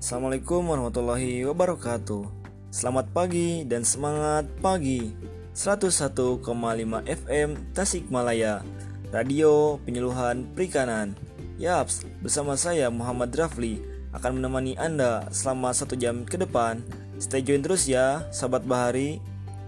Assalamualaikum warahmatullahi wabarakatuh. Selamat pagi dan semangat pagi. 101,5 FM Tasikmalaya, Radio Penyuluhan Perikanan. Yaps, bersama saya Muhammad Rafli akan menemani Anda selama 1 jam ke depan. Stay tune terus ya, sahabat Bahari.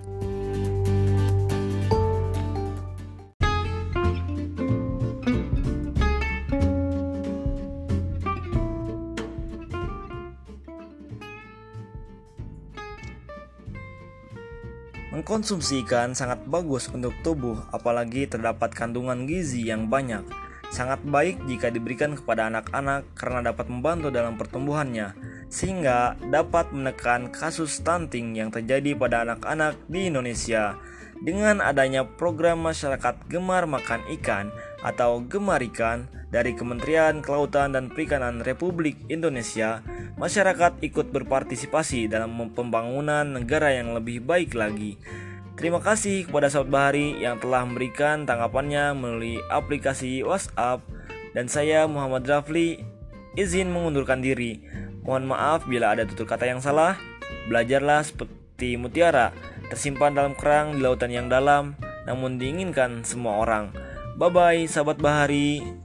Mengkonsumsi ikan sangat bagus untuk tubuh, apalagi terdapat kandungan gizi yang banyak. Sangat baik jika diberikan kepada anak-anak karena dapat membantu dalam pertumbuhannya, sehingga dapat menekan kasus stunting yang terjadi pada anak-anak di Indonesia. Dengan adanya program masyarakat gemar makan ikan atau Gemar Ikan dari Kementerian Kelautan dan Perikanan Republik Indonesia, masyarakat ikut berpartisipasi dalam pembangunan negara yang lebih baik lagi. Terima kasih kepada sahabat Bahari yang telah memberikan tanggapannya melalui aplikasi WhatsApp. Dan saya Muhammad Rafli izin mengundurkan diri. Mohon maaf bila ada tutur kata yang salah. Belajarlah seperti mutiara, tersimpan dalam kerang di lautan yang dalam, namun diinginkan semua orang. Bye-bye sahabat Bahari.